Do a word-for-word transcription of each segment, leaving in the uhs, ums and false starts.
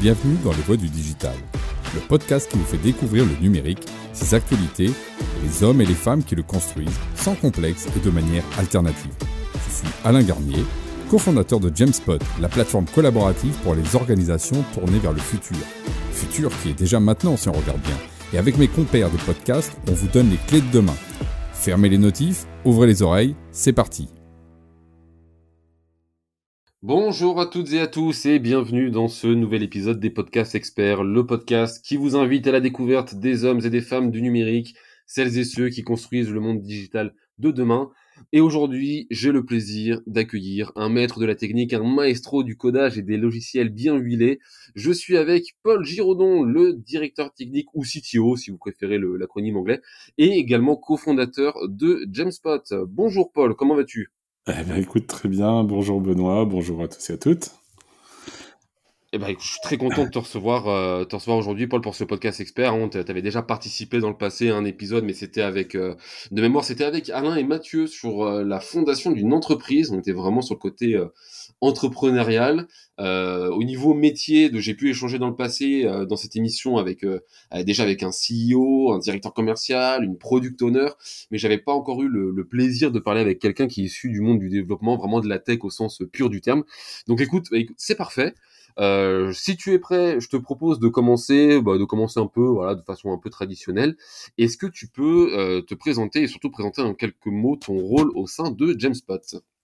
Bienvenue dans Les Voix du Digital, le podcast qui vous fait découvrir le numérique, ses actualités, et les hommes et les femmes qui le construisent sans complexe et de manière alternative. Je suis Alain Garnier, cofondateur de Jamspot, la plateforme collaborative pour les organisations tournées vers le futur. Futur qui est déjà maintenant si on regarde bien. Et avec mes compères des podcasts, on vous donne les clés de demain. Fermez les notifs, ouvrez les oreilles, c'est parti. Bonjour à toutes et à tous et bienvenue dans ce nouvel épisode des Podcasts Experts, le podcast qui vous invite à la découverte des hommes et des femmes du numérique, celles et ceux qui construisent le monde digital de demain. Et aujourd'hui, j'ai le plaisir d'accueillir un maître de la technique, un maestro du codage et des logiciels bien huilés. Je suis avec Paul Giraudon, le directeur technique ou C T O, si vous préférez le, l'acronyme anglais, et également cofondateur de Jamspot. Bonjour Paul, comment vas-tu ? Eh bien, écoute, très bien. Bonjour Benoît, bonjour à tous et à toutes. Eh ben, je suis très content de te recevoir, euh, te recevoir aujourd'hui, Paul, pour ce podcast expert. Hein. Tu avais déjà participé dans le passé à un épisode, mais c'était avec, euh, de mémoire, c'était avec Alain et Mathieu sur euh, la fondation d'une entreprise. On était vraiment sur le côté euh, entrepreneurial. Euh, au niveau métier, de, j'ai pu échanger dans le passé euh, dans cette émission avec euh, déjà avec un C E O, un directeur commercial, une product owner, mais j'avais pas encore eu le, le plaisir de parler avec quelqu'un qui est issu du monde du développement, vraiment de la tech au sens pur du terme. Donc écoute, écoute c'est parfait. Euh, si tu es prêt, je te propose de commencer, bah, de commencer un peu, voilà, de façon un peu traditionnelle. Est-ce que tu peux euh, te présenter et surtout présenter en quelques mots ton rôle au sein de Jamspot ?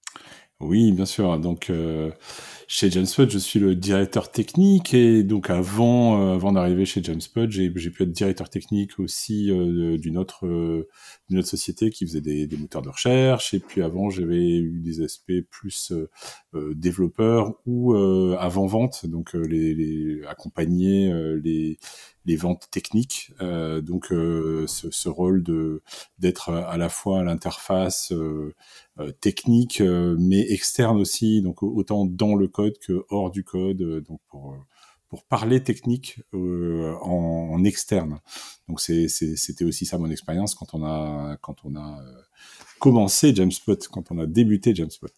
Oui, bien sûr. Donc, euh, chez Jamspot, je suis le directeur technique et donc avant, euh, avant d'arriver chez Jamspot, j'ai, j'ai pu être directeur technique aussi euh, d'une autre, euh, d'une autre société qui faisait des, des moteurs de recherche. Et puis avant, j'avais eu des aspects plus euh, euh, développeurs ou euh, avant-vente, donc euh, les, les accompagner euh, les les ventes techniques. Euh, donc, euh, ce, ce rôle de d'être à la fois à l'interface euh, Euh, technique, euh, mais externe aussi, donc autant dans le code que hors du code, euh, donc pour pour parler technique euh, en, en externe. Donc c'est, c'est c'était aussi ça mon expérience quand on a quand on a euh, commencé Jamspot, quand on a débuté Jamspot.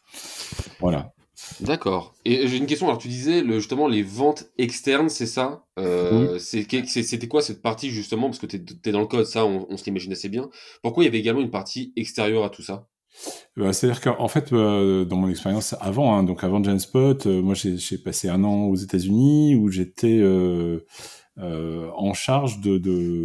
Voilà. D'accord. Et j'ai une question. Alors tu disais le, justement les ventes externes, c'est ça euh, Oui. c'est, c'est, C'était quoi cette partie justement, parce que t'es, t'es dans le code, ça on, on se l'imagine assez bien. Pourquoi il y avait également une partie extérieure à tout ça ? Bah, c'est-à-dire qu'en fait, euh, dans mon expérience avant, hein, donc avant Jamspot, euh, moi j'ai, j'ai passé un an aux États-Unis où j'étais euh, euh, en charge de,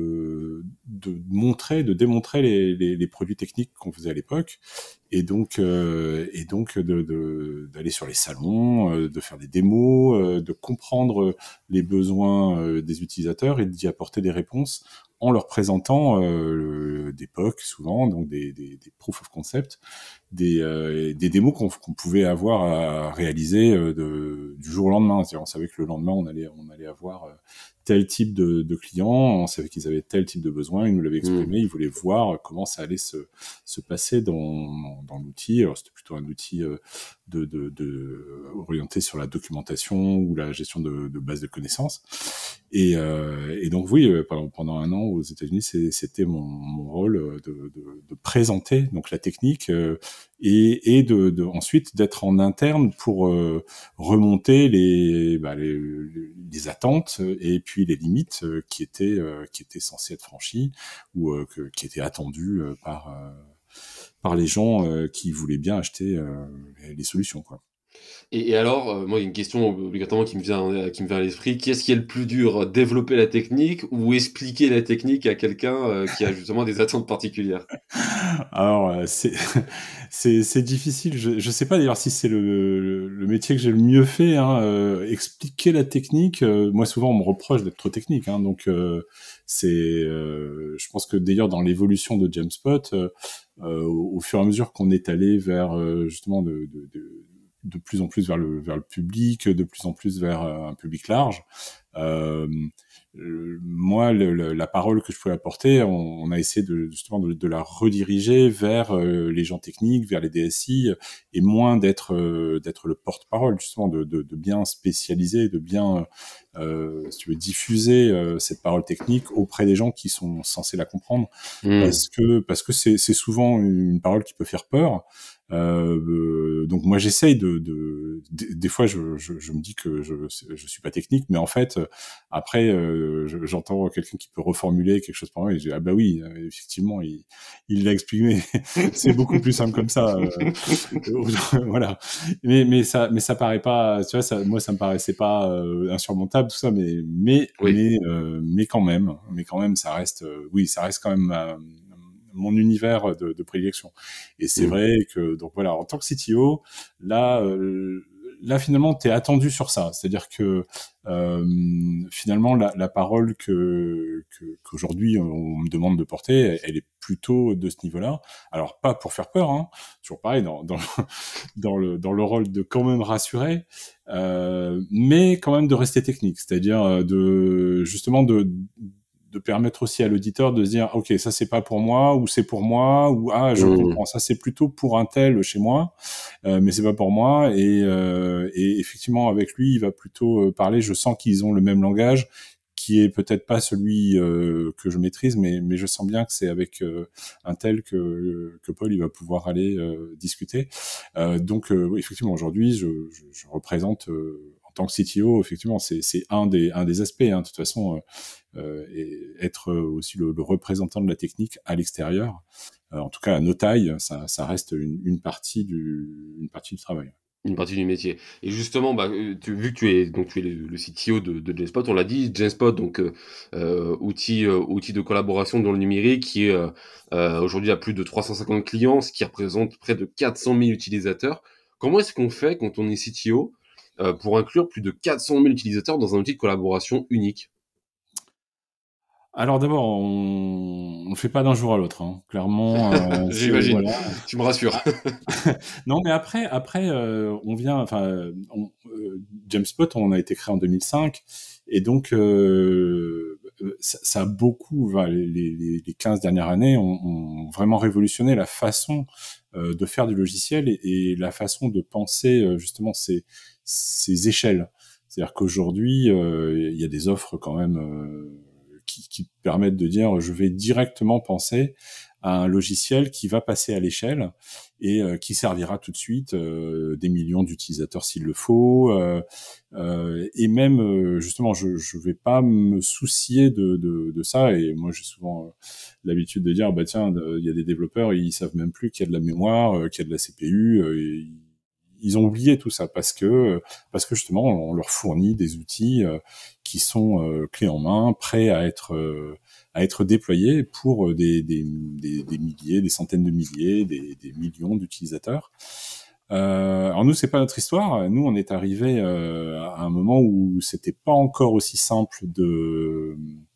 de, de montrer, de démontrer les, les, les produits techniques qu'on faisait à l'époque, et donc, euh, et donc de, de, d'aller sur les salons, euh, de faire des démos, euh, de comprendre les besoins euh, des utilisateurs et d'y apporter des réponses en leur présentant euh, des P O C souvent, donc des, des, des proof of concept, des, euh, des démos qu'on, qu'on pouvait avoir à réaliser euh, de, du jour au lendemain. C'est-à-dire, on savait que le lendemain, on allait, on allait avoir euh, tel type de, de clients, on savait qu'ils avaient tel type de besoin, ils nous l'avaient exprimé, mmh. Ils voulaient voir comment ça allait se, se passer dans, dans l'outil. Alors, c'était plutôt un outil euh, de, de, de, orienté sur la documentation ou la gestion de, de bases de connaissances. Et, euh, et donc, oui, pendant, pendant un an aux États-Unis, c'est, c'était mon, mon rôle de, de, de présenter donc la technique euh, et, et de, de ensuite d'être en interne pour euh, remonter les, bah, les, les attentes et puis les limites euh, qui étaient euh, qui étaient censées être franchies ou euh, que, qui étaient attendues euh, par euh, par les gens euh, qui voulaient bien acheter euh, les solutions, quoi. Et, et alors, euh, moi, il y a une question obligatoirement qui me vient, qui me vient à l'esprit. Qu'est-ce qui est le plus dur, développer la technique ou expliquer la technique à quelqu'un euh, qui a justement des attentes particulières ? Alors, euh, c'est, c'est, c'est difficile. Je, je sais pas d'ailleurs si c'est le, le métier que j'ai le mieux fait. Hein, euh, expliquer la technique. Euh, moi, souvent, on me reproche d'être trop technique. Hein, donc, euh, c'est. Euh, je pense que d'ailleurs, dans l'évolution de Jamspot, euh, euh, au, au fur et à mesure qu'on est allé vers euh, justement de, de, de de plus en plus vers le vers le public, de plus en plus vers un public large. Euh, moi, le, le, la parole que je pouvais apporter, on, on a essayé de justement de, de la rediriger vers euh, les gens techniques, vers les D S I, et moins d'être euh, d'être le porte-parole, justement, de, de, de bien spécialiser, de bien, euh, si tu veux, diffuser euh, cette parole technique auprès des gens qui sont censés la comprendre, mmh. parce que parce que c'est c'est souvent une parole qui peut faire peur. Euh, donc moi j'essaye de, de des, des fois, je, je, je me dis que je je suis pas technique, mais en fait, après, euh, je, j'entends quelqu'un qui peut reformuler quelque chose pour moi et je dis ah bah oui, effectivement, il il l'a exprimé. C'est beaucoup plus simple comme ça. Euh, voilà. Mais mais ça mais ça paraît pas, tu vois, ça, moi ça me paraissait pas euh, insurmontable tout ça, mais mais Oui. mais euh, mais quand même, mais quand même, ça reste, euh, oui, ça reste quand même euh, mon univers de, de prédilection. Et c'est mmh. vrai que, donc voilà, en tant que C T O, là, euh, là finalement, t'es attendu sur ça. C'est-à-dire que euh, finalement, la, la parole que, que qu'aujourd'hui on me demande de porter, elle est plutôt de ce niveau-là. Alors pas pour faire peur, hein. Toujours pareil dans dans dans le dans le rôle de quand même rassurer, euh, mais quand même de rester technique. C'est-à-dire de justement de de permettre aussi à l'auditeur de se dire ok, ça c'est pas pour moi, ou c'est pour moi, ou ah je mmh. comprends, ça c'est plutôt pour un tel chez moi, euh, mais c'est pas pour moi. Et, euh, et effectivement avec lui il va plutôt parler, je sens qu'ils ont le même langage qui est peut-être pas celui euh, que je maîtrise, mais mais je sens bien que c'est avec euh, un tel que que Paul il va pouvoir aller euh, discuter. Euh, donc euh, effectivement aujourd'hui je, je, je représente euh, en tant que C T O, effectivement c'est c'est un des un des aspects, hein, de toute façon. Euh, Euh, et être aussi le, le représentant de la technique à l'extérieur. Euh, en tout cas, à nos tailles, ça, ça reste une, une partie du, une partie du travail. Une partie du métier. Et justement, bah, tu, vu que tu es donc tu es le, le C T O de, de Genspot, on l'a dit, Genspot, donc euh, outil euh, outil de collaboration dans le numérique, qui est euh, aujourd'hui à plus de trois cent cinquante clients, ce qui représente près de quatre cent mille utilisateurs. Comment est-ce qu'on fait quand on est C T O euh, pour inclure plus de quatre cent mille utilisateurs dans un outil de collaboration unique? Alors d'abord, on ne fait pas d'un jour à l'autre, hein. Clairement. Euh, J'imagine. Voilà. Tu me rassures. Non, mais après, après, euh, on vient. Enfin, on, euh, Genspot, on a été créé en deux mille cinq, et donc euh, ça, ça a beaucoup. Enfin, les, les, les quinze dernières années ont, ont vraiment révolutionné la façon euh, de faire du logiciel et, et la façon de penser euh, justement ces, ces échelles. C'est-à-dire qu'aujourd'hui, euh, il y a des offres quand même. Euh, Qui, qui permettent de dire je vais directement penser à un logiciel qui va passer à l'échelle et euh, qui servira tout de suite euh, des millions d'utilisateurs s'il le faut, euh, euh, et même euh, justement je je vais pas me soucier de de, de ça. Et moi j'ai souvent euh, l'habitude de dire bah tiens, il y a des développeurs, ils savent même plus qu'il y a de la mémoire, euh, qu'il y a de la C P U, euh, et ils ont oublié tout ça parce que parce que justement on leur fournit des outils euh, qui sont euh, clés en main, prêts à être euh, à être déployés pour des, des des des milliers, des centaines de milliers, des, des millions d'utilisateurs. Euh, alors nous c'est pas notre histoire. Nous on est arrivé euh, à un moment où c'était pas encore aussi simple de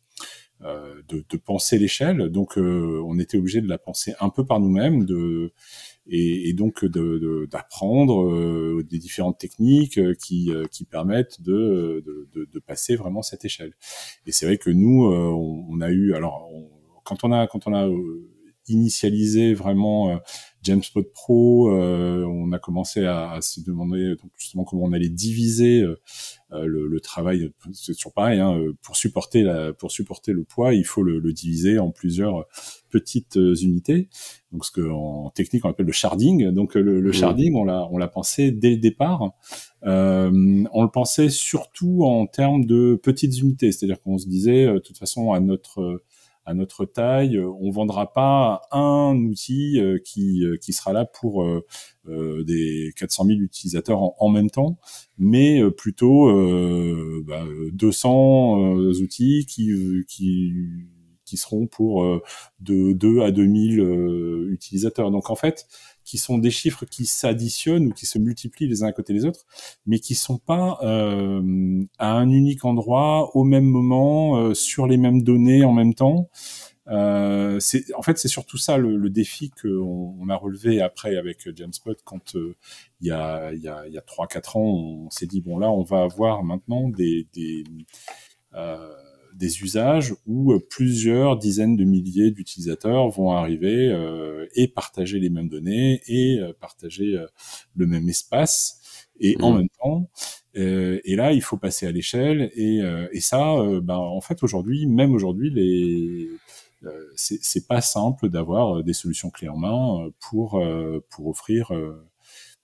euh, de, de penser l'échelle. Donc euh, on était obligé de la penser un peu par nous-mêmes, de Et, et donc de, de, d'apprendre euh, des différentes techniques euh, qui, euh, qui permettent de, de, de, de passer vraiment cette échelle. Et c'est vrai que nous, euh, on, on a eu, alors on, quand on a quand on a euh, initialisé vraiment euh, Genspot Pro, euh, on a commencé à, à se demander donc justement comment on allait diviser euh, le, le travail. C'est toujours pareil, hein, pour supporter la, pour supporter le poids, il faut le, le diviser en plusieurs petites unités. Donc ce que en technique on appelle le sharding. Donc le, le sharding, on l'a on l'a pensé dès le départ. Euh, on le pensait surtout en termes de petites unités, c'est-à-dire qu'on se disait de toute façon à notre à notre taille, on vendra pas un outil qui qui sera là pour euh, des quatre cent mille utilisateurs en, en même temps, mais plutôt euh, bah, deux cents euh, outils qui qui qui seront pour euh, de deux à deux mille euh, utilisateurs. Donc en fait, qui sont des chiffres qui s'additionnent ou qui se multiplient les uns à côté des autres, mais qui sont pas euh, à un unique endroit, au même moment, euh, sur les mêmes données en même temps. Euh, c'est, en fait, c'est surtout ça le, le défi qu'on on a relevé après avec Genspot quand euh, il y a il y a il y a trois quatre ans, on s'est dit bon là, on va avoir maintenant des des euh, des usages où plusieurs dizaines de milliers d'utilisateurs vont arriver euh, et partager les mêmes données et euh, partager euh, le même espace et mmh. en même temps. Euh, et là, il faut passer à l'échelle et, euh, et ça, euh, ben, en fait, aujourd'hui, même aujourd'hui, les euh, c'est, c'est pas simple d'avoir des solutions clés en main pour euh, pour offrir euh,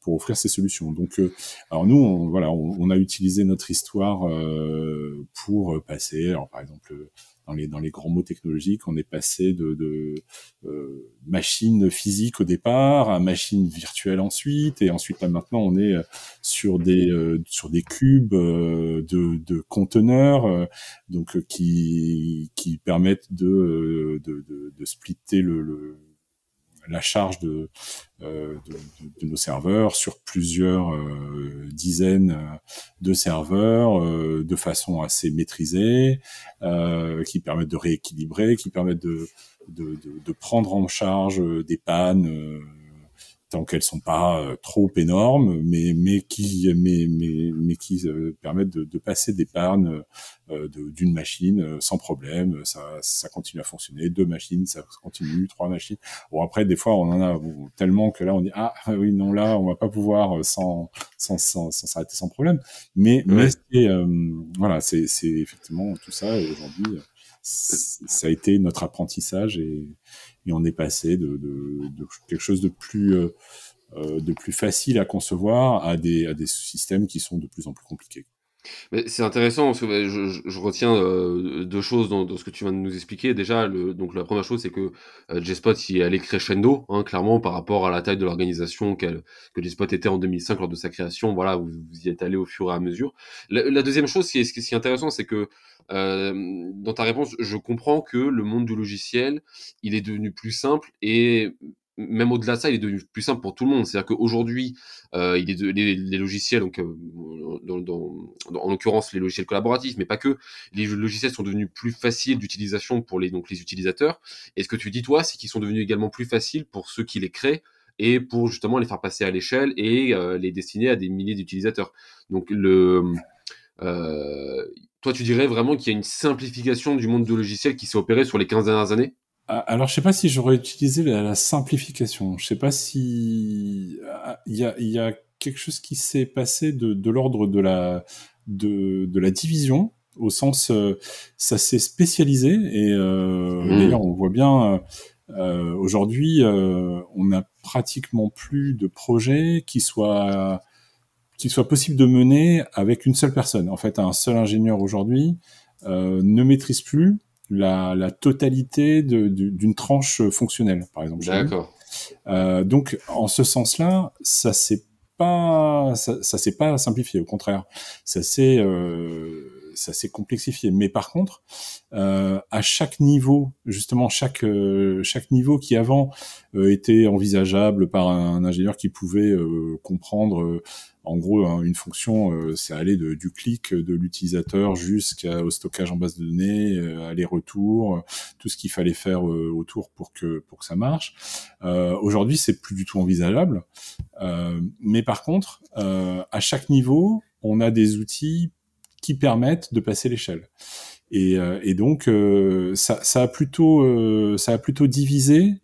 pour offrir ces solutions. Donc, euh, alors nous, on, voilà, on, on a utilisé notre histoire euh, pour passer, alors par exemple, dans les dans les grands mots technologiques, on est passé de, de euh, machine physique au départ à machine virtuelle ensuite, et ensuite là maintenant on est sur des euh, sur des cubes euh, de de conteneurs, euh, donc euh, qui qui permettent de de de, de splitter le, le la charge de, euh, de, de, de nos serveurs sur plusieurs euh, dizaines de serveurs euh, de façon assez maîtrisée, euh, qui permettent de rééquilibrer, qui permettent de, de, de, de prendre en charge des pannes euh, tant qu'elles sont pas euh, trop énormes, mais mais qui mais mais mais qui euh, permettent de, de passer des pannes euh, de, d'une machine euh, sans problème. Ça ça continue à fonctionner. Deux machines, ça continue. Trois machines. Bon, après des fois on en a bon, tellement que là on dit ah oui non, là on va pas pouvoir sans sans sans, sans s'arrêter sans problème. Mais Ouais. mais c'est euh, voilà, c'est c'est effectivement tout ça. Et aujourd'hui ça a été notre apprentissage, et, et on est passé de, de, de quelque chose de plus, euh, de plus facile à concevoir à des, à des systèmes qui sont de plus en plus compliqués. Mais c'est intéressant parce que bah, je, je, je retiens euh, deux choses dans, dans ce que tu viens de nous expliquer. Déjà, le, donc la première chose, c'est que euh, J-Spot y est allé crescendo, hein, clairement, par rapport à la taille de l'organisation qu'elle, que J-Spot était en deux mille cinq lors de sa création. Voilà, vous, vous y êtes allé au fur et à mesure. La, la deuxième chose, ce qui est, ce qui est intéressant, c'est que euh, dans ta réponse, je comprends que le monde du logiciel, il est devenu plus simple, et même au-delà de ça, il est devenu plus simple pour tout le monde. C'est-à-dire qu'aujourd'hui, euh, il est de, les, les logiciels, donc euh, dans, dans, dans, en l'occurrence les logiciels collaboratifs, mais pas que, les logiciels sont devenus plus faciles d'utilisation pour les, donc, les utilisateurs. Et ce que tu dis, toi, c'est qu'ils sont devenus également plus faciles pour ceux qui les créent, et pour justement les faire passer à l'échelle et euh, les destiner à des milliers d'utilisateurs. Donc, le, euh, toi, tu dirais vraiment qu'il y a une simplification du monde de logiciels qui s'est opérée sur les quinze dernières années? Alors, je sais pas si j'aurais utilisé la, la simplification. Je sais pas si il y a, il y a quelque chose qui s'est passé de, de l'ordre de la, de, de la division, au sens, euh, ça s'est spécialisé, et euh, mmh. D'ailleurs, on voit bien, euh, aujourd'hui, euh, on n'a pratiquement plus de projets qui soient, qui soient possibles de mener avec une seule personne. En fait, un seul ingénieur aujourd'hui euh, ne maîtrise plus La, la totalité de, de, d'une tranche fonctionnelle, par exemple. D'accord. Euh, donc, en ce sens-là, ça s'est pas, ça, ça s'est pas simplifié. Au contraire, ça s'est, euh, ça s'est complexifié. Mais par contre, euh, à chaque niveau, justement, chaque euh, chaque niveau qui avant euh, était envisageable par un, un ingénieur qui pouvait euh, comprendre. Euh, En gros, hein, une fonction, euh, c'est aller de, du clic de l'utilisateur jusqu'au stockage en base de données, euh, aller-retour, euh, tout ce qu'il fallait faire euh, autour pour que pour que ça marche. Euh, aujourd'hui, c'est plus du tout envisageable. Euh, mais par contre, euh, à chaque niveau, on a des outils qui permettent de passer l'échelle. Et, euh, et donc, euh, ça, ça a plutôt, euh, ça a plutôt divisé.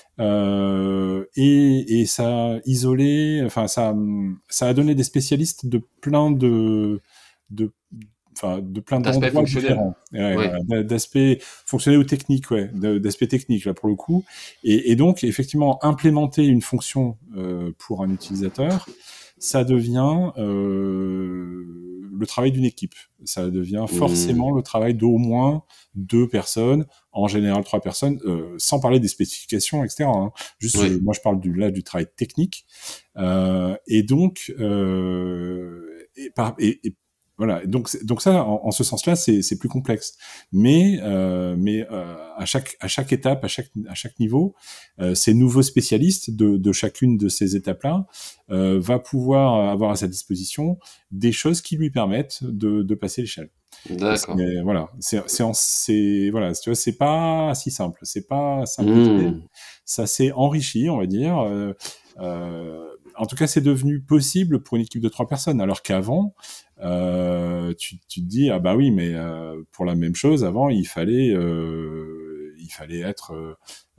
Euh, et, et ça a isolé, enfin ça, ça a donné des spécialistes de plein de, de, enfin de plein d'endroits différents, ouais, oui. voilà, d'aspects fonctionnels ou techniques, ouais, d'aspects techniques là pour le coup. Et, et donc effectivement implémenter une fonction euh, pour un utilisateur, ça devient euh, le travail d'une équipe. Ça devient forcément mmh. le travail d'au moins deux personnes, en général trois personnes, euh, sans parler des spécifications, et cetera. Hein. Juste, oui. euh, moi je parle du, là du travail technique. Euh, et donc, euh, et, par, et, et voilà. Donc, donc ça, en, en ce sens-là, c'est, c'est plus complexe. Mais, euh, mais euh, à chaque à chaque étape, à chaque à chaque niveau, euh, ces nouveaux spécialistes de, de chacune de ces étapes-là euh, va pouvoir avoir à sa disposition des choses qui lui permettent de, de passer l'échelle. D'accord. Mais voilà, c'est c'est c'est voilà, tu vois, c'est pas si simple, c'est pas simplifié. Mmh. Ça s'est enrichi, on va dire. Euh, euh, en tout cas, c'est devenu possible pour une équipe de trois personnes, alors qu'avant, euh, tu, tu te dis ah bah oui, mais euh, pour la même chose, avant il fallait euh, il fallait être euh,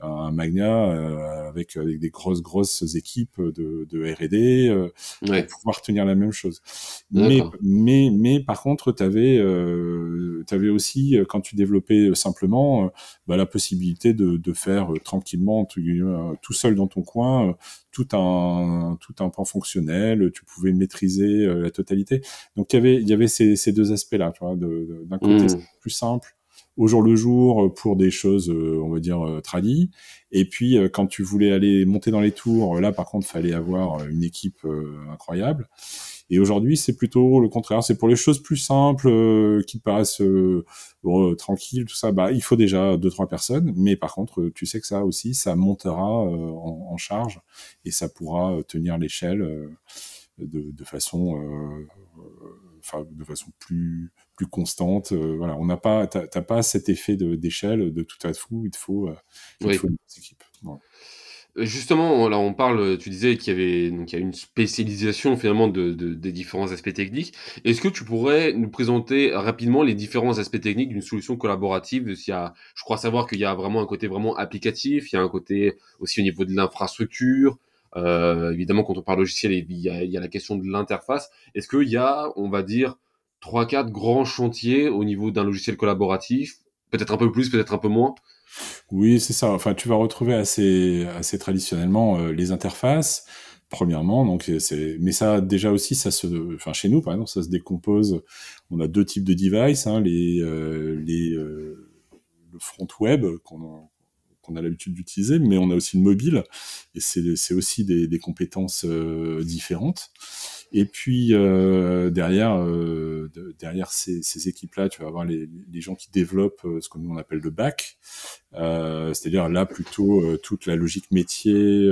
un Magna euh, avec, avec des grosses grosses équipes de, de R et D euh, Ouais, pour pouvoir tenir la même chose. Mais d'accord. mais mais par contre, t'avais euh, t'avais aussi euh, quand tu développais simplement euh, bah, la possibilité de, de faire euh, tranquillement tout, euh, tout seul dans ton coin euh, tout un tout un pan fonctionnel. Tu pouvais maîtriser euh, la totalité. Donc il y avait il y avait ces, ces deux aspects-là, tu vois. De, de, d'un côté, c'est Mmh. plus simple au jour le jour pour des choses, euh, on va dire euh, tradies. Et puis euh, quand tu voulais aller monter dans les tours, là par contre, fallait avoir une équipe euh, incroyable. Et aujourd'hui, c'est plutôt le contraire. C'est pour les choses plus simples, euh, qui te paraissent euh, euh, tranquilles, tout ça. Bah, il faut déjà deux, trois personnes. Mais par contre, tu sais que ça aussi, ça montera euh, en, en charge et ça pourra tenir l'échelle euh, de, de façon, euh, enfin, de façon plus plus constante. Euh, voilà, on n'a pas, t'as, t'as pas cet effet de, d'échelle de tout à fou. Il te faut, euh, il te Oui. faut une petite équipe. Voilà. Euh, Justement, là, on parle, tu disais qu'il y avait donc il y a une spécialisation finalement de, de- des différents aspects techniques. Est-ce que tu pourrais nous présenter rapidement les différents aspects techniques d'une solution collaborative? S'il y a, je crois savoir qu'il y a vraiment un côté vraiment applicatif, il y a un côté aussi au niveau de l'infrastructure. Euh, évidemment, quand on parle logiciel, il y a, il y a la question de l'interface. Est-ce qu'il y a, on va dire, trois, quatre grands chantiers au niveau d'un logiciel collaboratif? Peut-être un peu plus, peut-être un peu moins. Oui, c'est ça. Enfin, tu vas retrouver assez, assez traditionnellement euh, les interfaces. Premièrement, donc euh, c'est, mais ça déjà aussi, ça se, enfin chez nous par exemple, ça se décompose. On a deux types de devices, hein, les, euh, les, euh, le front web qu'on a, qu'on a l'habitude d'utiliser, mais on a aussi le mobile, et c'est, c'est aussi des, des compétences euh, différentes. Et puis euh, derrière, euh, de, derrière ces, ces équipes-là, tu vas avoir les, les gens qui développent euh, ce que nous on appelle le back. Euh, c'est-à-dire là plutôt euh, toute la logique métier,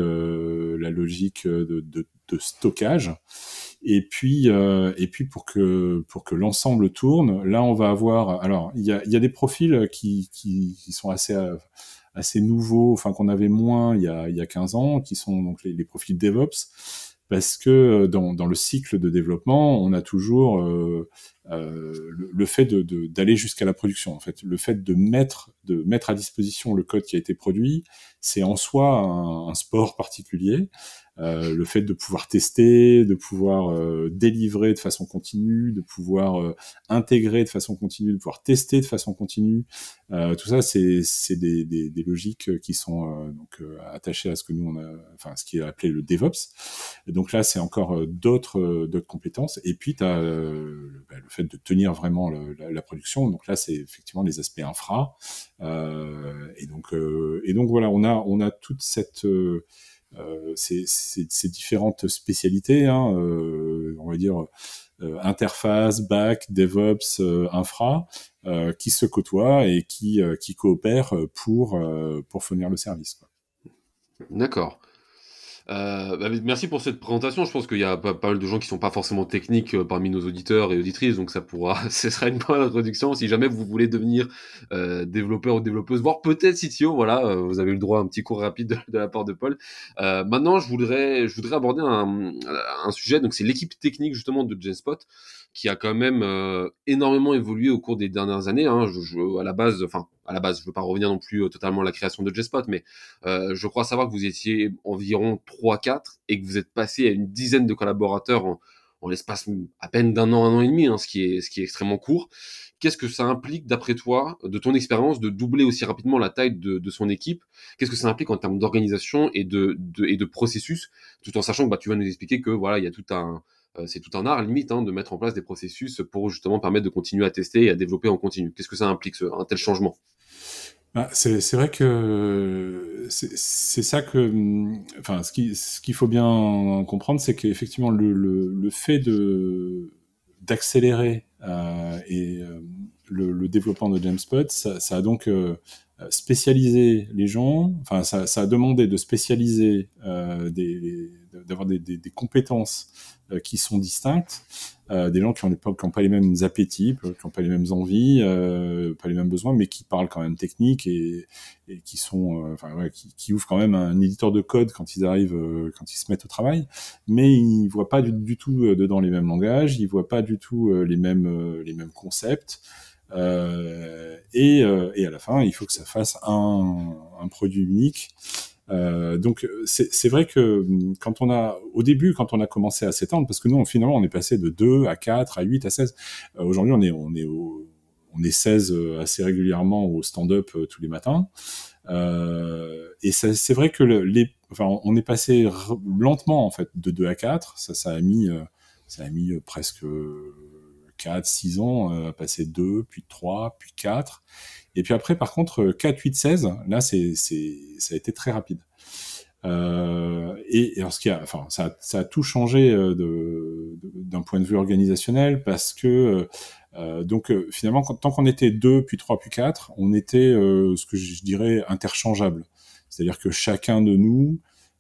euh, la logique de, de, de stockage. Et puis euh, et puis pour que pour que l'ensemble tourne, là on va avoir, alors il y a il y a des profils qui qui, qui sont assez euh, assez nouveaux, enfin qu'on avait moins il y a il y a quinze ans, qui sont donc les, les profils DevOps. Parce que dans, dans le cycle de développement, on a toujours euh, euh, le, le fait de, de, d'aller jusqu'à la production. En fait, le fait de mettre, de mettre à disposition le code qui a été produit, c'est en soi un, un sport particulier. Euh, le fait de pouvoir tester, de pouvoir euh, délivrer de façon continue, de pouvoir euh, intégrer de façon continue, de pouvoir tester de façon continue, euh, tout ça, c'est, c'est des, des, des logiques qui sont euh, donc euh, attachées à ce que nous on a, enfin ce qui est appelé le DevOps. Et donc là, c'est encore euh, d'autres euh, d'autres compétences. Et puis, tu as euh, le, bah, le fait de tenir vraiment le, la, la production. Donc là, c'est effectivement les aspects infra. Euh, et donc euh, et donc voilà, on a on a toute cette euh, euh, ces, ces, ces différentes spécialités, hein, euh, on va dire euh, interface, back, DevOps, euh, infra, euh, qui se côtoient et qui, euh, qui coopèrent pour, euh, pour fournir le service, quoi. D'accord. Euh, bah, merci pour cette présentation. Je pense qu'il y a pas, pas mal de gens qui sont pas forcément techniques euh, parmi nos auditeurs et auditrices, donc ça pourra, ce sera une bonne introduction. Si jamais vous voulez devenir euh, développeur ou développeuse, voire peut-être C T O, voilà, euh, vous avez eu le droit à un petit cours rapide de, de la part de Paul. Euh, maintenant, je voudrais, je voudrais aborder un, un sujet. Donc, c'est l'équipe technique justement de Genspot qui a quand même euh, énormément évolué au cours des dernières années. Hein. Je, je, à la base, enfin, à la base, je veux pas revenir non plus euh, totalement à la création de Genspot, mais euh, je crois savoir que vous étiez environ trois quatre et que vous êtes passé à une dizaine de collaborateurs en, en l'espace à peine d'un an, un an et demi, hein, ce, qui est, ce qui est extrêmement court. Qu'est-ce que ça implique, d'après toi, de ton expérience, de doubler aussi rapidement la taille de, de son équipe? Qu'est-ce que ça implique en termes d'organisation et de, de, et de processus, tout en sachant que bah, tu vas nous expliquer que voilà, il y a tout un, euh, c'est tout un art limite hein, de mettre en place des processus pour justement permettre de continuer à tester et à développer en continu. Qu'est-ce que ça implique, ce, un tel changement? Ah, c'est, c'est vrai que c'est, c'est ça que, enfin, ce qui, ce qu'il faut bien comprendre, c'est qu'effectivement le, le, le fait de d'accélérer euh, et euh, le, le développement de Jamspot, ça, ça a donc euh, spécialisé les gens. Enfin, ça, ça a demandé de spécialiser, euh, des, d'avoir des, des, des compétences euh, qui sont distinctes. Euh, des gens qui n'ont pas, qui ont pas les mêmes appétits, qui n'ont pas les mêmes envies, euh, pas les mêmes besoins, mais qui parlent quand même technique et, et qui sont, euh, enfin ouais, qui, qui ouvrent quand même un éditeur de code quand ils arrivent, euh, quand ils se mettent au travail, mais ils voient pas du, du tout euh, dedans les mêmes langages, ils voient pas du tout euh, les mêmes euh, les mêmes concepts. Euh, et, euh, et à la fin, il faut que ça fasse un, un produit unique. Euh, donc c'est, c'est vrai que quand on a, au début, quand on a commencé à s'étendre, parce que nous, on, finalement, on est passé de deux à quatre, à huit, à seize. Euh, aujourd'hui, on est, on est au, on est seize assez régulièrement au stand-up euh, tous les matins. Euh, et ça, c'est vrai que le, les, enfin, on est passé r- lentement en fait de deux à quatre. Ça, ça a mis, euh, ça a mis euh, presque quatre, six ans euh, à passer deux, puis trois, puis quatre. Et puis après, par contre, quatre, huit, seize, là, c'est, c'est, ça a été très rapide. Euh, et, et alors, ce qui a, enfin, ça, a, ça a tout changé euh, de, de, d'un point de vue organisationnel parce que euh, donc euh, finalement, quand, tant qu'on était deux, puis trois, puis quatre, on était euh, ce que je, je dirais interchangeable. C'est-à-dire que chacun de nous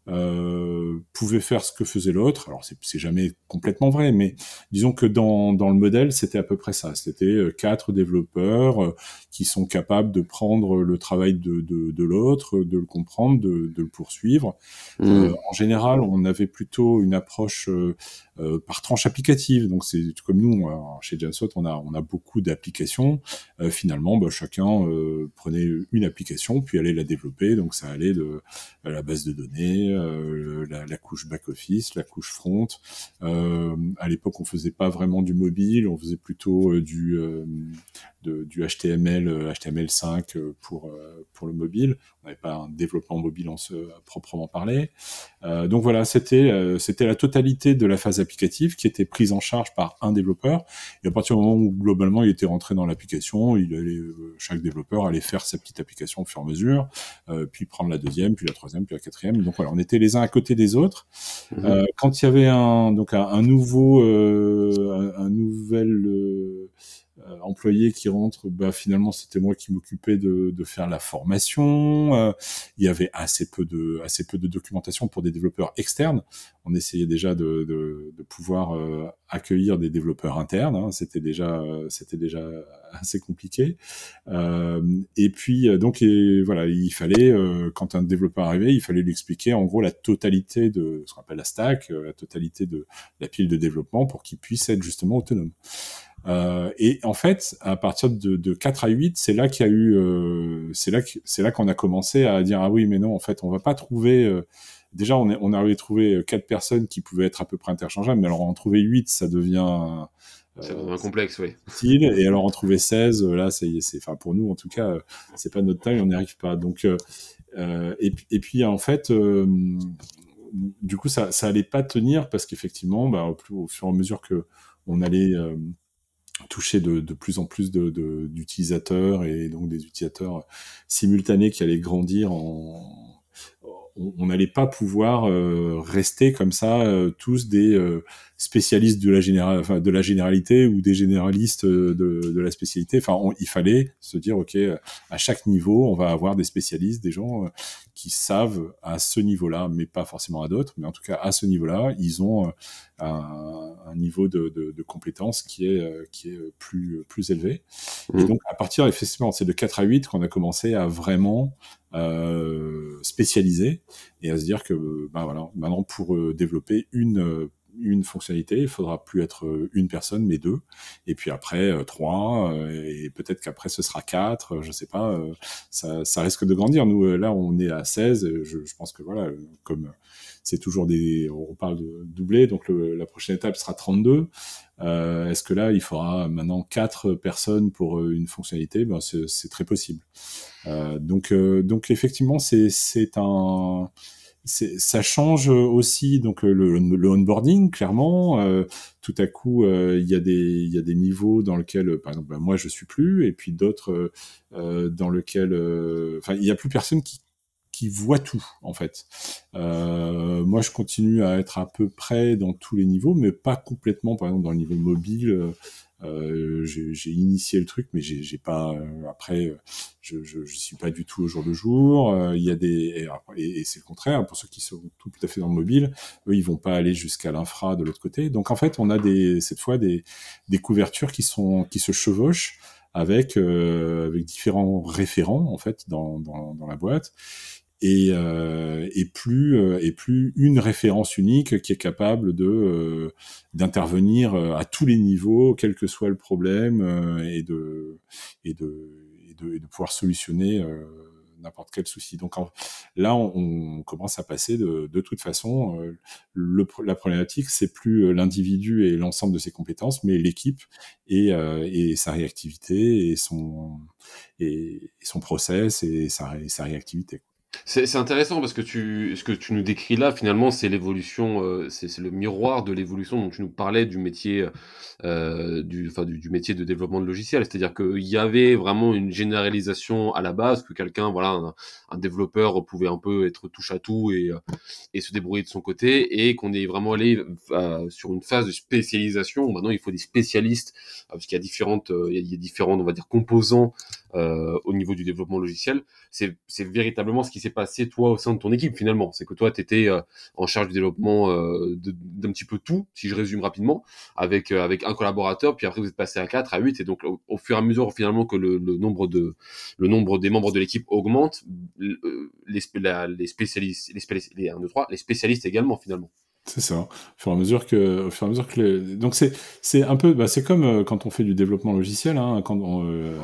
euh, pouvait faire ce que faisait l'autre. Alors c'est, c'est jamais complètement vrai, mais disons que dans, dans le modèle, c'était à peu près ça. C'était euh, quatre développeurs euh, qui sont capables de prendre le travail de, de, de l'autre, de le comprendre, de, de le poursuivre. Mmh. Euh, en général, on avait plutôt une approche euh, euh, par tranche applicative. Donc c'est comme nous, euh, chez Genspot, on a, on a beaucoup d'applications. Euh, finalement, bah, chacun euh, prenait une application, puis allait la développer. Donc ça allait de euh, la base de données, euh, la, la couche back-office, la couche front. Euh, à l'époque, on faisait pas vraiment du mobile, on faisait plutôt euh, du, euh, de, du H T M L, H T M L cinq pour, euh, pour le mobile. On n'avait pas un développement mobile en ce, à proprement parler. Euh, donc voilà, c'était, euh, c'était la totalité de la phase applicative qui était prise en charge par un développeur. Et à partir du moment où globalement il était rentré dans l'application, il allait, euh, chaque développeur allait faire sa petite application au fur et à mesure, euh, puis prendre la deuxième, puis la troisième, puis la quatrième. Donc voilà, on était les uns à côté des autres. Mmh. Euh, quand il y avait un, donc un, un nouveau, euh, un, un nouvel euh, Euh, employé qui rentre, bah finalement c'était moi qui m'occupais de, de faire la formation. Euh, il y avait assez peu de assez peu de documentation pour des développeurs externes. On essayait déjà de, de, de pouvoir euh, accueillir des développeurs internes. Hein. C'était déjà euh, c'était déjà assez compliqué. Euh, et puis donc et, voilà, il fallait euh, quand un développeur arrivait, il fallait lui expliquer en gros la totalité de ce qu'on appelle la stack, euh, la totalité de la pile de développement pour qu'il puisse être justement autonome. Euh, et en fait, à partir de, de quatre à huit, c'est là qu'il y a eu, euh, c'est là que, c'est là qu'on a commencé à dire ah oui mais non en fait on va pas trouver. Euh, déjà on est, on arrivé à trouver quatre personnes qui pouvaient être à peu près interchangeables, mais alors en trouver huit ça devient euh, ça devient complexe, oui. Utile, et alors en trouver seize, là c'est, c'est, enfin pour nous en tout cas c'est pas notre taille, on n'y arrive pas. Donc euh, et, et puis en fait. Euh, du coup, ça, ça allait pas tenir parce qu'effectivement, bah, au, plus, au fur et à mesure que on allait euh, toucher de, de plus en plus de, de, d'utilisateurs et donc des utilisateurs simultanés qui allaient grandir en on n'allait pas pouvoir euh, rester comme ça euh, tous des euh, spécialistes de la, général, enfin, de la généralité ou des généralistes de, de la spécialité. Enfin, on, il fallait se dire, ok, à chaque niveau, on va avoir des spécialistes, des gens euh, qui savent à ce niveau-là, mais pas forcément à d'autres, mais en tout cas à ce niveau-là, ils ont euh, un, un niveau de, de, de compétence qui est, euh, qui est plus, plus élevé. Mmh. Et donc, à partir, effectivement, c'est de quatre à huit qu'on a commencé à vraiment euh, spécialiser et à se dire que ben voilà, maintenant pour euh, développer une euh, une fonctionnalité, il faudra plus être une personne mais deux, et puis après euh, trois, euh, et peut-être qu'après ce sera quatre, euh, je sais pas, euh, ça, ça risque de grandir. Nous euh, là on est à seize, je, je pense que voilà, comme c'est toujours des, on parle de doubler, donc le, la prochaine étape sera trente-deux. Euh, est-ce que là il faudra maintenant quatre personnes pour une fonctionnalité? Ben c'est, c'est très possible. Euh, donc, euh, donc effectivement, c'est, c'est un, c'est, ça change aussi donc le, le onboarding clairement. Euh, tout à coup, euh, il y a des, il y a des niveaux dans lesquels, par exemple, ben, moi je suis plus, et puis d'autres euh, dans lesquels, enfin, euh, il y a plus personne qui qui voit tout en fait. Euh, moi, je continue à être à peu près dans tous les niveaux, mais pas complètement. Par exemple, dans le niveau mobile. Euh, j'ai, j'ai initié le truc, mais j'ai, j'ai pas. Euh, après, je, je, je suis pas du tout au jour le jour. Euh, il y a des et, et c'est le contraire pour ceux qui sont tout à fait dans le mobile. Eux, ils vont pas aller jusqu'à l'infra de l'autre côté. Donc en fait, on a des cette fois des des couvertures qui sont qui se chevauchent avec euh, avec différents référents en fait dans dans, dans la boîte. et, euh, et plus euh, et plus une référence unique qui est capable de euh, d'intervenir à tous les niveaux, quel que soit le problème, euh, et de et de et de, et de pouvoir solutionner euh, n'importe quel souci. Donc en, là, on, on commence à passer de, de toute façon, euh, le, la problématique, c'est plus l'individu et l'ensemble de ses compétences, mais l'équipe et, euh, et sa réactivité et son et, et son process et sa, et sa réactivité. C'est, c'est intéressant parce que tu, ce que tu nous décris là, finalement, c'est l'évolution, euh, c'est, c'est le miroir de l'évolution dont tu nous parlais du métier, euh, du, enfin, du, du métier de développement de logiciels. C'est-à-dire qu'il y avait vraiment une généralisation à la base, que quelqu'un, voilà, un, un développeur pouvait un peu être touche à tout et, et se débrouiller de son côté, et qu'on est vraiment allé euh, sur une phase de spécialisation où maintenant il faut des spécialistes, euh, parce qu'il y a différentes, euh, il y a différents, on va dire, composants euh, au niveau du développement logiciel. C'est, c'est véritablement ce qui s'est passé, toi, au sein de ton équipe, finalement. C'est que toi, tu étais euh, en charge du développement euh, de, d'un petit peu tout, si je résume rapidement, avec, euh, avec un collaborateur, puis après, vous êtes passé à quatre, à huit, et donc, au, au fur et à mesure, finalement, que le, le, nombre, de, le nombre des membres de l'équipe augmente, les, la, les spécialistes, les, spécialistes, les un, deux, trois, les spécialistes également, finalement. C'est ça. Au fur et à mesure que, au fur et à mesure que les... donc c'est c'est un peu, bah c'est comme euh, quand on fait du développement logiciel, hein, quand on, euh,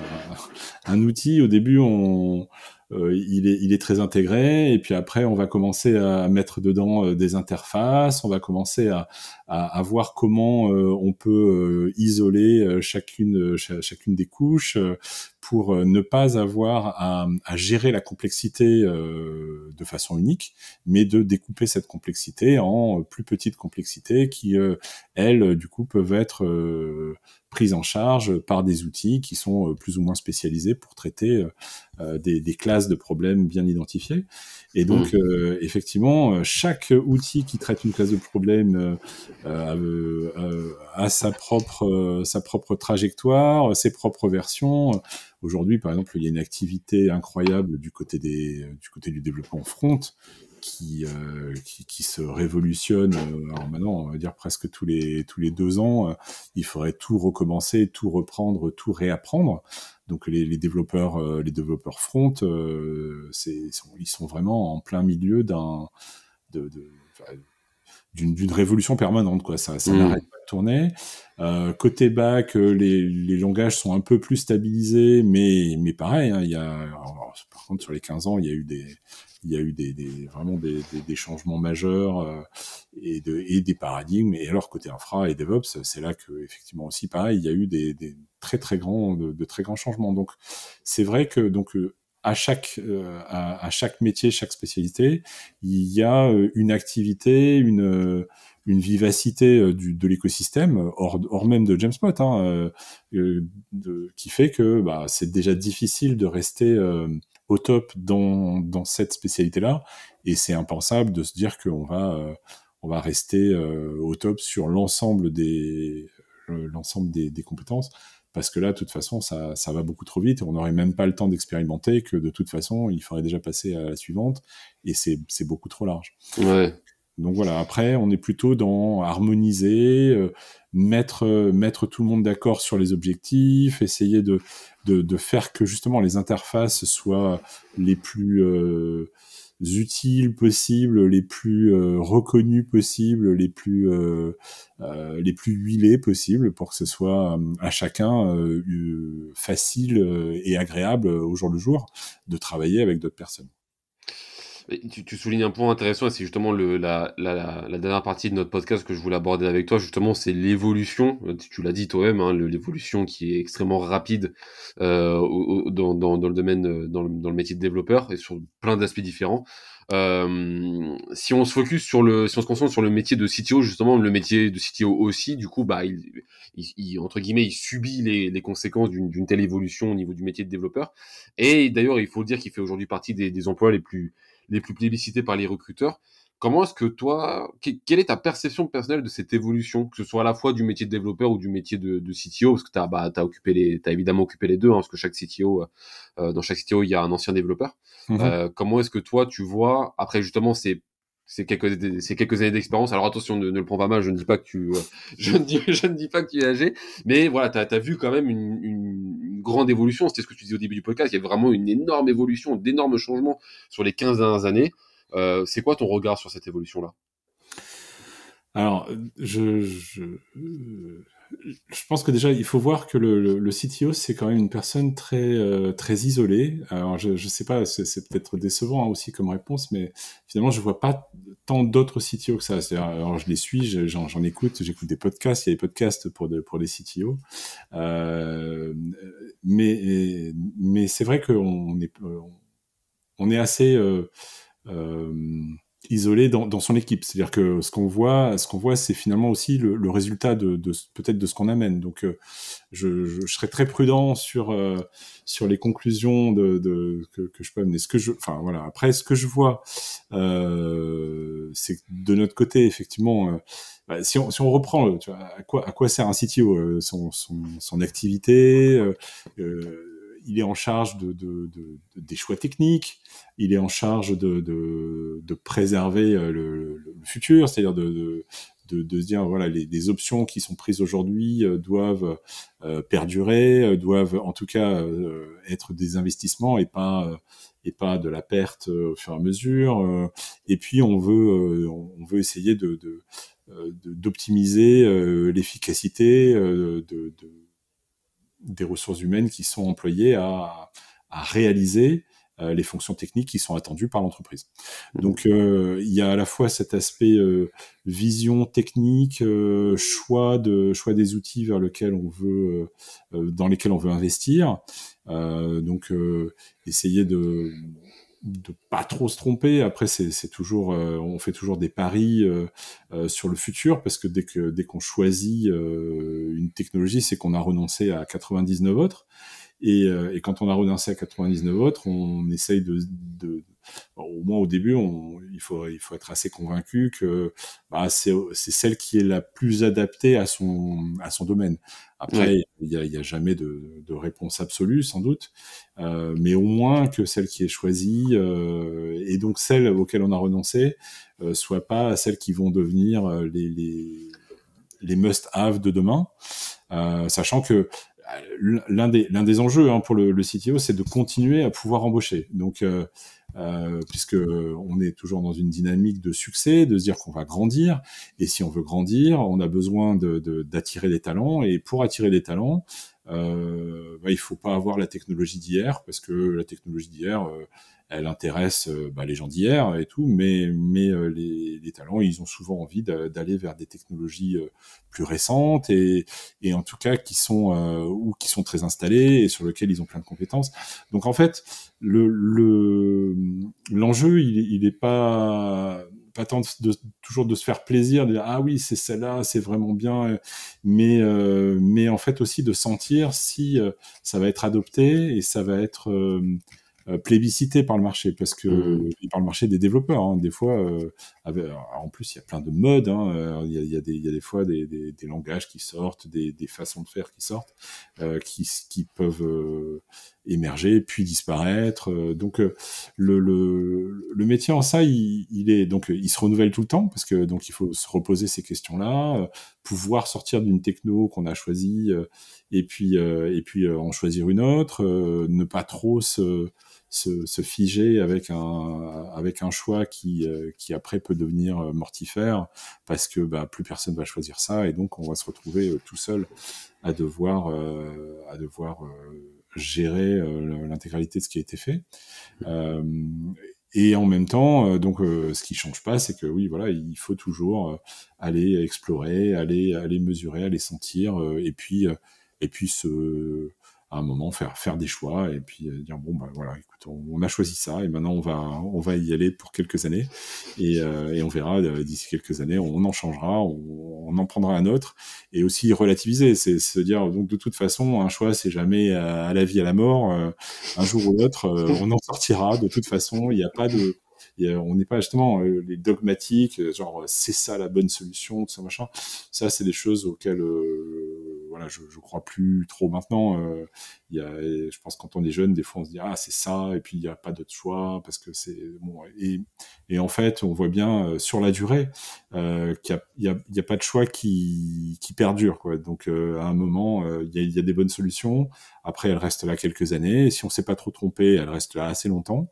un outil au début on euh, il est il est très intégré et puis après on va commencer à mettre dedans euh, des interfaces, on va commencer à à, à voir comment euh, on peut euh, isoler euh, chacune ch- chacune des couches euh, pour euh, ne pas avoir à, à gérer la complexité euh, de façon unique, mais de découper cette complexité en plus petites complexités qui, euh, elles, du coup, peuvent être euh, prises en charge par des outils qui sont euh, plus ou moins spécialisés pour traiter euh, des, des classes de problèmes bien identifiées. Et donc, mmh. euh, effectivement, chaque outil qui traite une classe de problème euh, euh, euh, a sa propre, euh, sa propre trajectoire, ses propres versions. Aujourd'hui, par exemple, il y a une activité incroyable du côté des, du côté du développement front qui, euh, qui, qui se révolutionne. Euh, alors maintenant, on va dire presque tous les tous les deux ans, euh, il faudrait tout recommencer, tout reprendre, tout réapprendre. Donc les, les développeurs, euh, les développeurs front, euh, c'est, sont, ils sont vraiment en plein milieu d'un de, de, enfin, d'une, d'une révolution permanente, quoi. Ça, ça mmh. n'arrête pas de tourner. Euh, côté back, les, les langages sont un peu plus stabilisés, mais, mais pareil, hein, il y a, alors, par contre, sur les quinze ans, il y a eu des, il y a eu des, des vraiment des, des, des changements majeurs euh, et, de, et des paradigmes. Et alors, côté infra et DevOps, c'est là que, effectivement, aussi, pareil, il y a eu des, des très, très grands, de, de très grands changements. Donc, c'est vrai que, donc, euh, à chaque euh, à, à chaque métier, chaque spécialité, il y a euh, une activité, une euh, une vivacité euh, du, de l'écosystème hors, hors même de Jamespot, hein, euh, de, qui fait que bah, c'est déjà difficile de rester euh, au top dans dans cette spécialité-là, et c'est impensable de se dire qu'on va euh, on va rester euh, au top sur l'ensemble des euh, l'ensemble des, des compétences. Parce que là, de toute façon, ça, ça va beaucoup trop vite et on n'aurait même pas le temps d'expérimenter, que de toute façon, il faudrait déjà passer à la suivante et c'est, c'est beaucoup trop large. Ouais. Donc voilà, après, on est plutôt dans harmoniser, euh, mettre, euh, mettre tout le monde d'accord sur les objectifs, essayer de, de, de faire que justement les interfaces soient les plus euh, utiles possibles, les plus euh, reconnus possibles, les plus euh, euh, les plus huilés possibles, pour que ce soit euh, à chacun euh, euh, facile euh, et agréable euh, au jour le jour de travailler avec d'autres personnes. Tu, tu soulignes un point intéressant, et c'est justement le, la, la, la dernière partie de notre podcast que je voulais aborder avec toi. Justement, c'est l'évolution. Tu l'as dit toi-même, hein, l'évolution qui est extrêmement rapide euh, au, dans, dans, dans le domaine, dans le, dans le métier de développeur et sur plein d'aspects différents. Euh, si on se focus sur le, si on se concentre sur le métier de C T O, justement, le métier de C T O aussi, du coup, bah, il, il, il entre guillemets, il subit les, les conséquences d'une, d'une telle évolution au niveau du métier de développeur. Et d'ailleurs, il faut le dire qu'il fait aujourd'hui partie des, des emplois les plus les plus plébiscités par les recruteurs. Comment est-ce que toi, quelle est ta perception personnelle de cette évolution, que ce soit à la fois du métier de développeur ou du métier de, de C T O, parce que t'as, bah, t'as occupé les, t'as évidemment occupé les deux, hein, parce que chaque C T O, euh, dans chaque C T O, il y a un ancien développeur. Mm-hmm. Euh, comment est-ce que toi, tu vois, après justement, c'est c'est quelques, c'est quelques années d'expérience. Alors attention, ne, ne le prends pas mal. Je ne dis pas que tu, euh, je ne dis, je ne dis pas que tu es âgé, mais voilà, t'as, t'as vu quand même une, une, une une grande évolution. C'était ce que tu disais au début du podcast. Il y a vraiment une énorme évolution, d'énormes changements sur les quinze dernières années. Euh, c'est quoi ton regard sur cette évolution-là? Alors, je, je, je pense que déjà, il faut voir que le, le, le C T O, c'est quand même une personne très, euh, très isolée. Alors, je, je sais pas, c'est, c'est peut-être décevant hein, aussi comme réponse, mais finalement, je vois pas tant d'autres C T O que ça. C'est-à-dire, alors, je les suis, j'en, j'en écoute, j'écoute des podcasts, il y a des podcasts pour, de, pour les C T O. Euh, mais, mais c'est vrai qu'on est, on est assez, euh, euh, isolé dans, dans son équipe. C'est-à-dire que ce qu'on voit, ce qu'on voit, c'est finalement aussi le, le résultat de, de peut-être de ce qu'on amène. Donc, euh, je, je, je serais très prudent sur euh, sur les conclusions de, de que, que je peux amener. Ce que je, enfin voilà. Après, ce que je vois, euh, c'est que de notre côté, effectivement, euh, bah, si on si on reprend, tu vois, à quoi à quoi sert un C T O, euh, son son son activité. Euh, euh, il est en charge de, de, de, de, des choix techniques, il est en charge de, de, de préserver le, le, le futur, c'est-à-dire de, de, de, de se dire, voilà, les, les options qui sont prises aujourd'hui euh, doivent euh, perdurer, euh, doivent en tout cas euh, être des investissements et pas, euh, et pas de la perte euh, au fur et à mesure. Euh, et puis, on veut, euh, on veut essayer de, de, de, d'optimiser euh, l'efficacité euh, de, de des ressources humaines qui sont employées à, à réaliser euh, les fonctions techniques qui sont attendues par l'entreprise. Donc, euh, il y a à la fois cet aspect euh, vision technique, euh, choix de choix des outils vers lesquels on veut, euh, dans lesquels on veut investir. Euh, donc, euh, essayer de de pas trop se tromper. Après, c'est, c'est toujours, euh, on fait toujours des paris euh, euh, sur le futur parce que dès que dès qu'on choisit euh, une technologie, c'est qu'on a renoncé à quatre-vingt-dix-neuf autres. Et, euh, et quand on a renoncé à quatre-vingt-dix-neuf autres, on essaye de, de bon, au moins au début, on, il faut il faut être assez convaincu que bah, c'est c'est celle qui est la plus adaptée à son à son domaine. Après, oui. il y a il y a jamais de, de réponse absolue sans doute, euh, mais au moins que celle qui est choisie euh, et donc celle auxquelles on a renoncé euh, soit pas celles qui vont devenir les les les must-have de demain, euh, sachant que l'un des l'un des enjeux hein, pour le, le C T O, c'est de continuer à pouvoir embaucher. Donc, euh, euh, puisque on est toujours dans une dynamique de succès, de se dire qu'on va grandir, et si on veut grandir, on a besoin de, de, d'attirer des talents, et pour attirer des talents, euh, bah, il faut pas avoir la technologie d'hier, parce que la technologie d'hier, euh, elle intéresse euh, bah, les gens d'hier et tout, mais mais euh, les, les talents, ils ont souvent envie d'aller vers des technologies euh, plus récentes et et en tout cas qui sont euh, ou qui sont très installées et sur lesquelles ils ont plein de compétences. Donc en fait, le le l'enjeu, il il est pas pas tant de, de, toujours de se faire plaisir, de dire ah oui c'est celle-là, c'est vraiment bien, mais euh, mais en fait aussi de sentir si euh, ça va être adopté et ça va être euh, plébiscité par le marché, parce que mmh. par le marché des développeurs, hein, des fois, euh, avec, en plus il y a plein de modes, hein, euh, il, y a, il, y a des, il y a des fois des, des, des langages qui sortent, des, des façons de faire qui sortent, euh, qui, qui peuvent euh, émerger puis disparaître. Euh, donc euh, le, le, le métier en ça, il, il est donc il se renouvelle tout le temps, parce que donc il faut se reposer ces questions-là, euh, pouvoir sortir d'une techno qu'on a choisie euh, et puis euh, et puis euh, en choisir une autre, euh, ne pas trop se Se, se figer avec un avec un choix qui euh, qui après peut devenir mortifère, parce que bah plus personne va choisir ça, et donc on va se retrouver euh, tout seul à devoir euh, à devoir euh, gérer euh, l'intégralité de ce qui a été fait. Euh, et en même temps, euh, donc euh, ce qui change pas, c'est que oui, voilà, il faut toujours euh, aller explorer, aller aller mesurer, aller sentir, euh, et puis euh, et puis se à un moment faire faire des choix et puis euh, dire bon bah voilà, écoute, on, on a choisi ça et maintenant on va on va y aller pour quelques années, et, euh, et on verra euh, d'ici quelques années, on, on en changera, on, on en prendra un autre. Et aussi relativiser, c'est se dire donc de toute façon un choix c'est jamais à, à la vie à la mort, euh, un jour ou l'autre euh, on en sortira de toute façon. Il n'y a pas de Et on n'est pas justement euh, les dogmatiques, genre c'est ça la bonne solution, tout ça machin. Ça c'est des choses auxquelles euh, voilà, je, je crois plus trop maintenant. Euh, il y a, je pense quand on est jeune, des fois on se dit ah c'est ça, et puis il n'y a pas d'autre choix parce que c'est bon. Et, et en fait, on voit bien euh, sur la durée euh, qu'il y a, il y a, il y a pas de choix qui, qui perdure, quoi. Donc euh, à un moment, euh, il y a, il y a des bonnes solutions. Après, elles restent là quelques années. Et si on s'est pas trop trompé, elles restent là assez longtemps.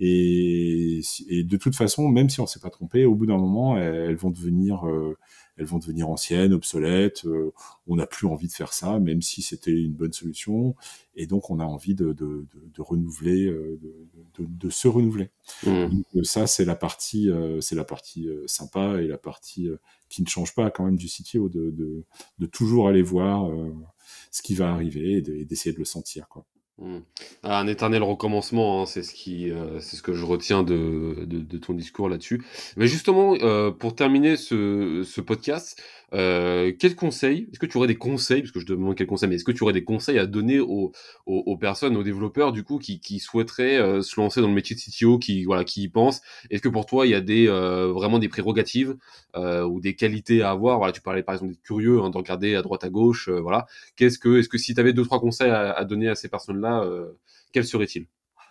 Et, et de toute façon, même si on s'est pas trompé, au bout d'un moment, elles, elles vont devenir euh, elles vont devenir anciennes, obsolètes. Euh, on n'a plus envie de faire ça, même si c'était une bonne solution. Et donc, on a envie de, de, de, de renouveler, euh, de, de, de se renouveler. Mmh. Donc, ça, c'est la partie, euh, c'est la partie euh, sympa et la partie euh, qui ne change pas quand même du C T O, de, de, de toujours aller voir euh, ce qui va arriver et, de, et d'essayer de le sentir, quoi. Mmh. Un éternel recommencement, hein, c'est ce qui, heu, c'est ce que je retiens de de de ton discours là-dessus. Mais justement, heu, pour terminer ce ce podcast, heu, quels conseils est-ce que tu aurais des conseils, parce que je te demande quels conseils, mais est-ce que tu aurais des conseils à donner aux aux aux personnes, aux développeurs du coup qui qui souhaiteraient, heu, se lancer dans le métier de C T O, qui voilà, qui y pensent? Est-ce que pour toi il y a des, heu, vraiment des prérogatives, heu, ou des qualités à avoir? Voilà, tu parlais par exemple d'être curieux, hein, de regarder à droite à gauche, heu, voilà. Qu'est-ce que est-ce que si tu avais deux trois conseils à à donner à ces personnes-là, heu, quels seraient-ils?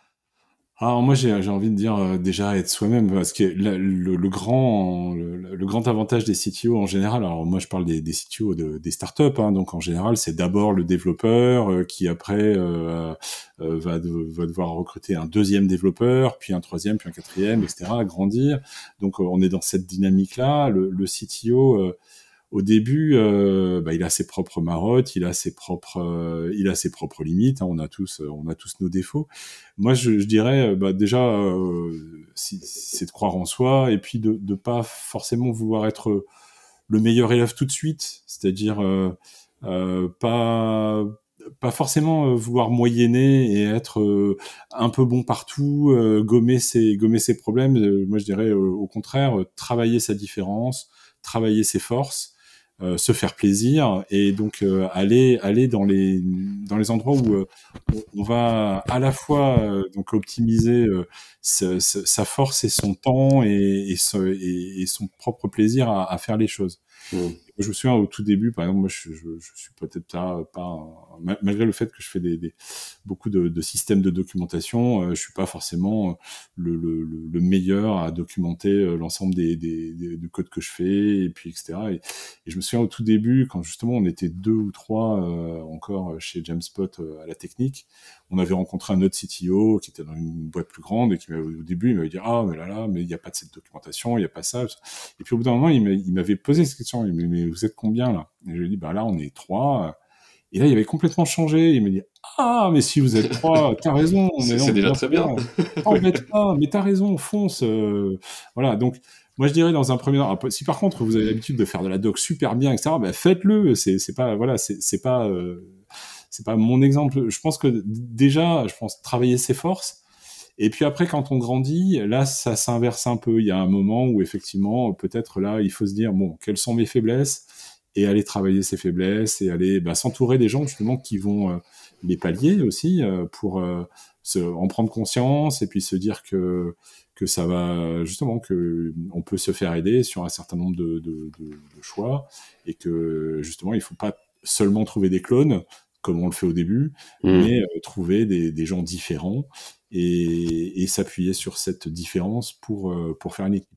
Alors moi j'ai j'ai envie de dire euh, déjà être soi-même, parce que la- le, le grand le, le grand avantage des C T O en général, alors moi je parle des, des C T O de, des startups, hein, donc en général c'est d'abord le développeur euh, qui après euh, euh, va, de- va devoir recruter un deuxième développeur, puis un troisième, puis un quatrième, et cetera, grandir. Donc euh, on est dans cette dynamique-là. Le, le C T O euh, au début, euh, bah, il a ses propres marottes, il a ses propres, euh, il a ses propres limites, hein. On a tous, euh, on a tous nos défauts. Moi, je, je dirais, euh, bah, déjà, euh, si- c'est de croire en soi et puis de, de pas forcément vouloir être le meilleur élève tout de suite, c'est-à-dire euh, euh, pas pas forcément euh, vouloir moyenner et être euh, un peu bon partout, euh, gommer ses gommer ses problèmes. Euh, moi, je dirais euh, au contraire, euh, travailler sa différence, travailler ses forces, euh, se faire plaisir et donc euh, aller aller dans les dans les endroits où euh, on, on va à la fois euh, donc optimiser euh, sa, sa- sa force et son temps et, et, ce- et- et son propre plaisir à, à faire les choses. Mmh. Je me souviens au tout début, par exemple, moi, je, je, je suis peut-être pas, pas un- ma- malgré le fait que je fais des, des- beaucoup de, de systèmes de documentation, euh, je suis pas forcément euh, le, le, le le meilleur à documenter euh, l'ensemble des, des, des- du code que je fais, et puis et cetera. Et, et je me souviens au tout début, quand justement on était deux ou trois euh, encore chez Jamespot euh, à la technique, on avait rencontré un autre C T O qui était dans une boîte plus grande et qui m'avait- au début il m'avait dit ah mais là là mais il n'y a pas de cette documentation, il n'y a pas ça. Et puis au bout d'un moment, il m'a- il m'avait posé cette question. Il m'a dit, mais vous êtes combien là? Et je lui ai dit, bah là, on est trois. Et là, il avait complètement changé. Il m'a dit, ah, mais si vous êtes trois, t'as raison. Mais C'est non, c'est mais déjà dans ce très cas-là, bien. t'embête pas. Mais t'as raison, fonce. euh, Voilà. Donc, moi, je dirais dans un premier temps, ah, si par contre vous avez l'habitude de faire de la doc super bien, et cetera, bah, faites-le. C'est c'est pas, voilà, c'est c'est pas, euh, c'est pas mon exemple. Je pense que d- déjà, je pense travailler ses forces. Et puis après, quand on grandit, là, ça s'inverse un peu. Il y a un moment où effectivement, peut-être là, il faut se dire, bon, quelles sont mes faiblesses? Et aller travailler ses faiblesses et aller bah, s'entourer des gens justement qui vont euh, les pallier aussi euh, pour euh, se, en prendre conscience et puis se dire que que ça va justement que on peut se faire aider sur un certain nombre de, de, de, de choix et que justement il faut pas seulement trouver des clones comme on le fait au début, Mmh. mais euh, trouver des, des gens différents et, et s'appuyer sur cette différence pour, euh, pour faire une équipe.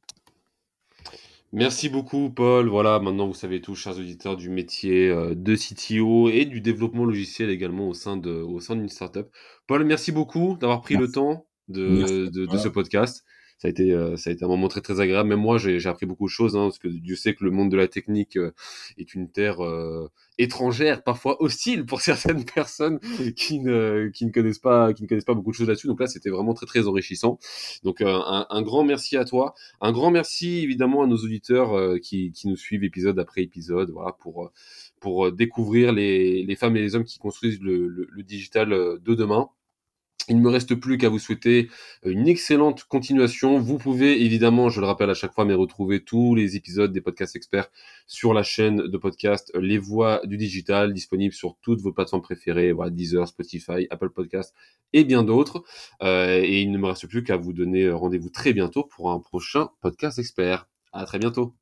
Merci beaucoup, Paul. Voilà, maintenant vous savez tout, chers auditeurs, du métier euh, de C T O et du développement logiciel également au sein de, au sein d'une startup. Paul, merci beaucoup d'avoir pris le Merci. temps Merci de, à de, de ce toi. podcast. Ça a été, euh, ça a été un moment très très agréable. Même moi, j'ai j'ai appris beaucoup de choses, hein, parce que Dieu sait que le monde de la technique euh, est une terre euh, étrangère, parfois hostile pour certaines personnes qui ne, qui ne connaissent pas, qui ne connaissent pas beaucoup de choses là-dessus. Donc là, c'était vraiment très très enrichissant. Donc euh, un, un grand merci à toi. Un grand merci évidemment à nos auditeurs euh, qui, qui nous suivent épisode après épisode, voilà, pour, euh, pour euh, découvrir les, les femmes et les hommes qui construisent le, le, le digital euh, de demain. Il ne me reste plus qu'à vous souhaiter une excellente continuation. Vous pouvez évidemment, je le rappelle à chaque fois, mais retrouver tous les épisodes des podcasts experts sur la chaîne de podcast Les Voix du Digital, disponible sur toutes vos plateformes préférées, voilà, Deezer, Spotify, Apple Podcasts et bien d'autres. Euh, et il ne me reste plus qu'à vous donner rendez-vous très bientôt pour un prochain podcast expert. À très bientôt.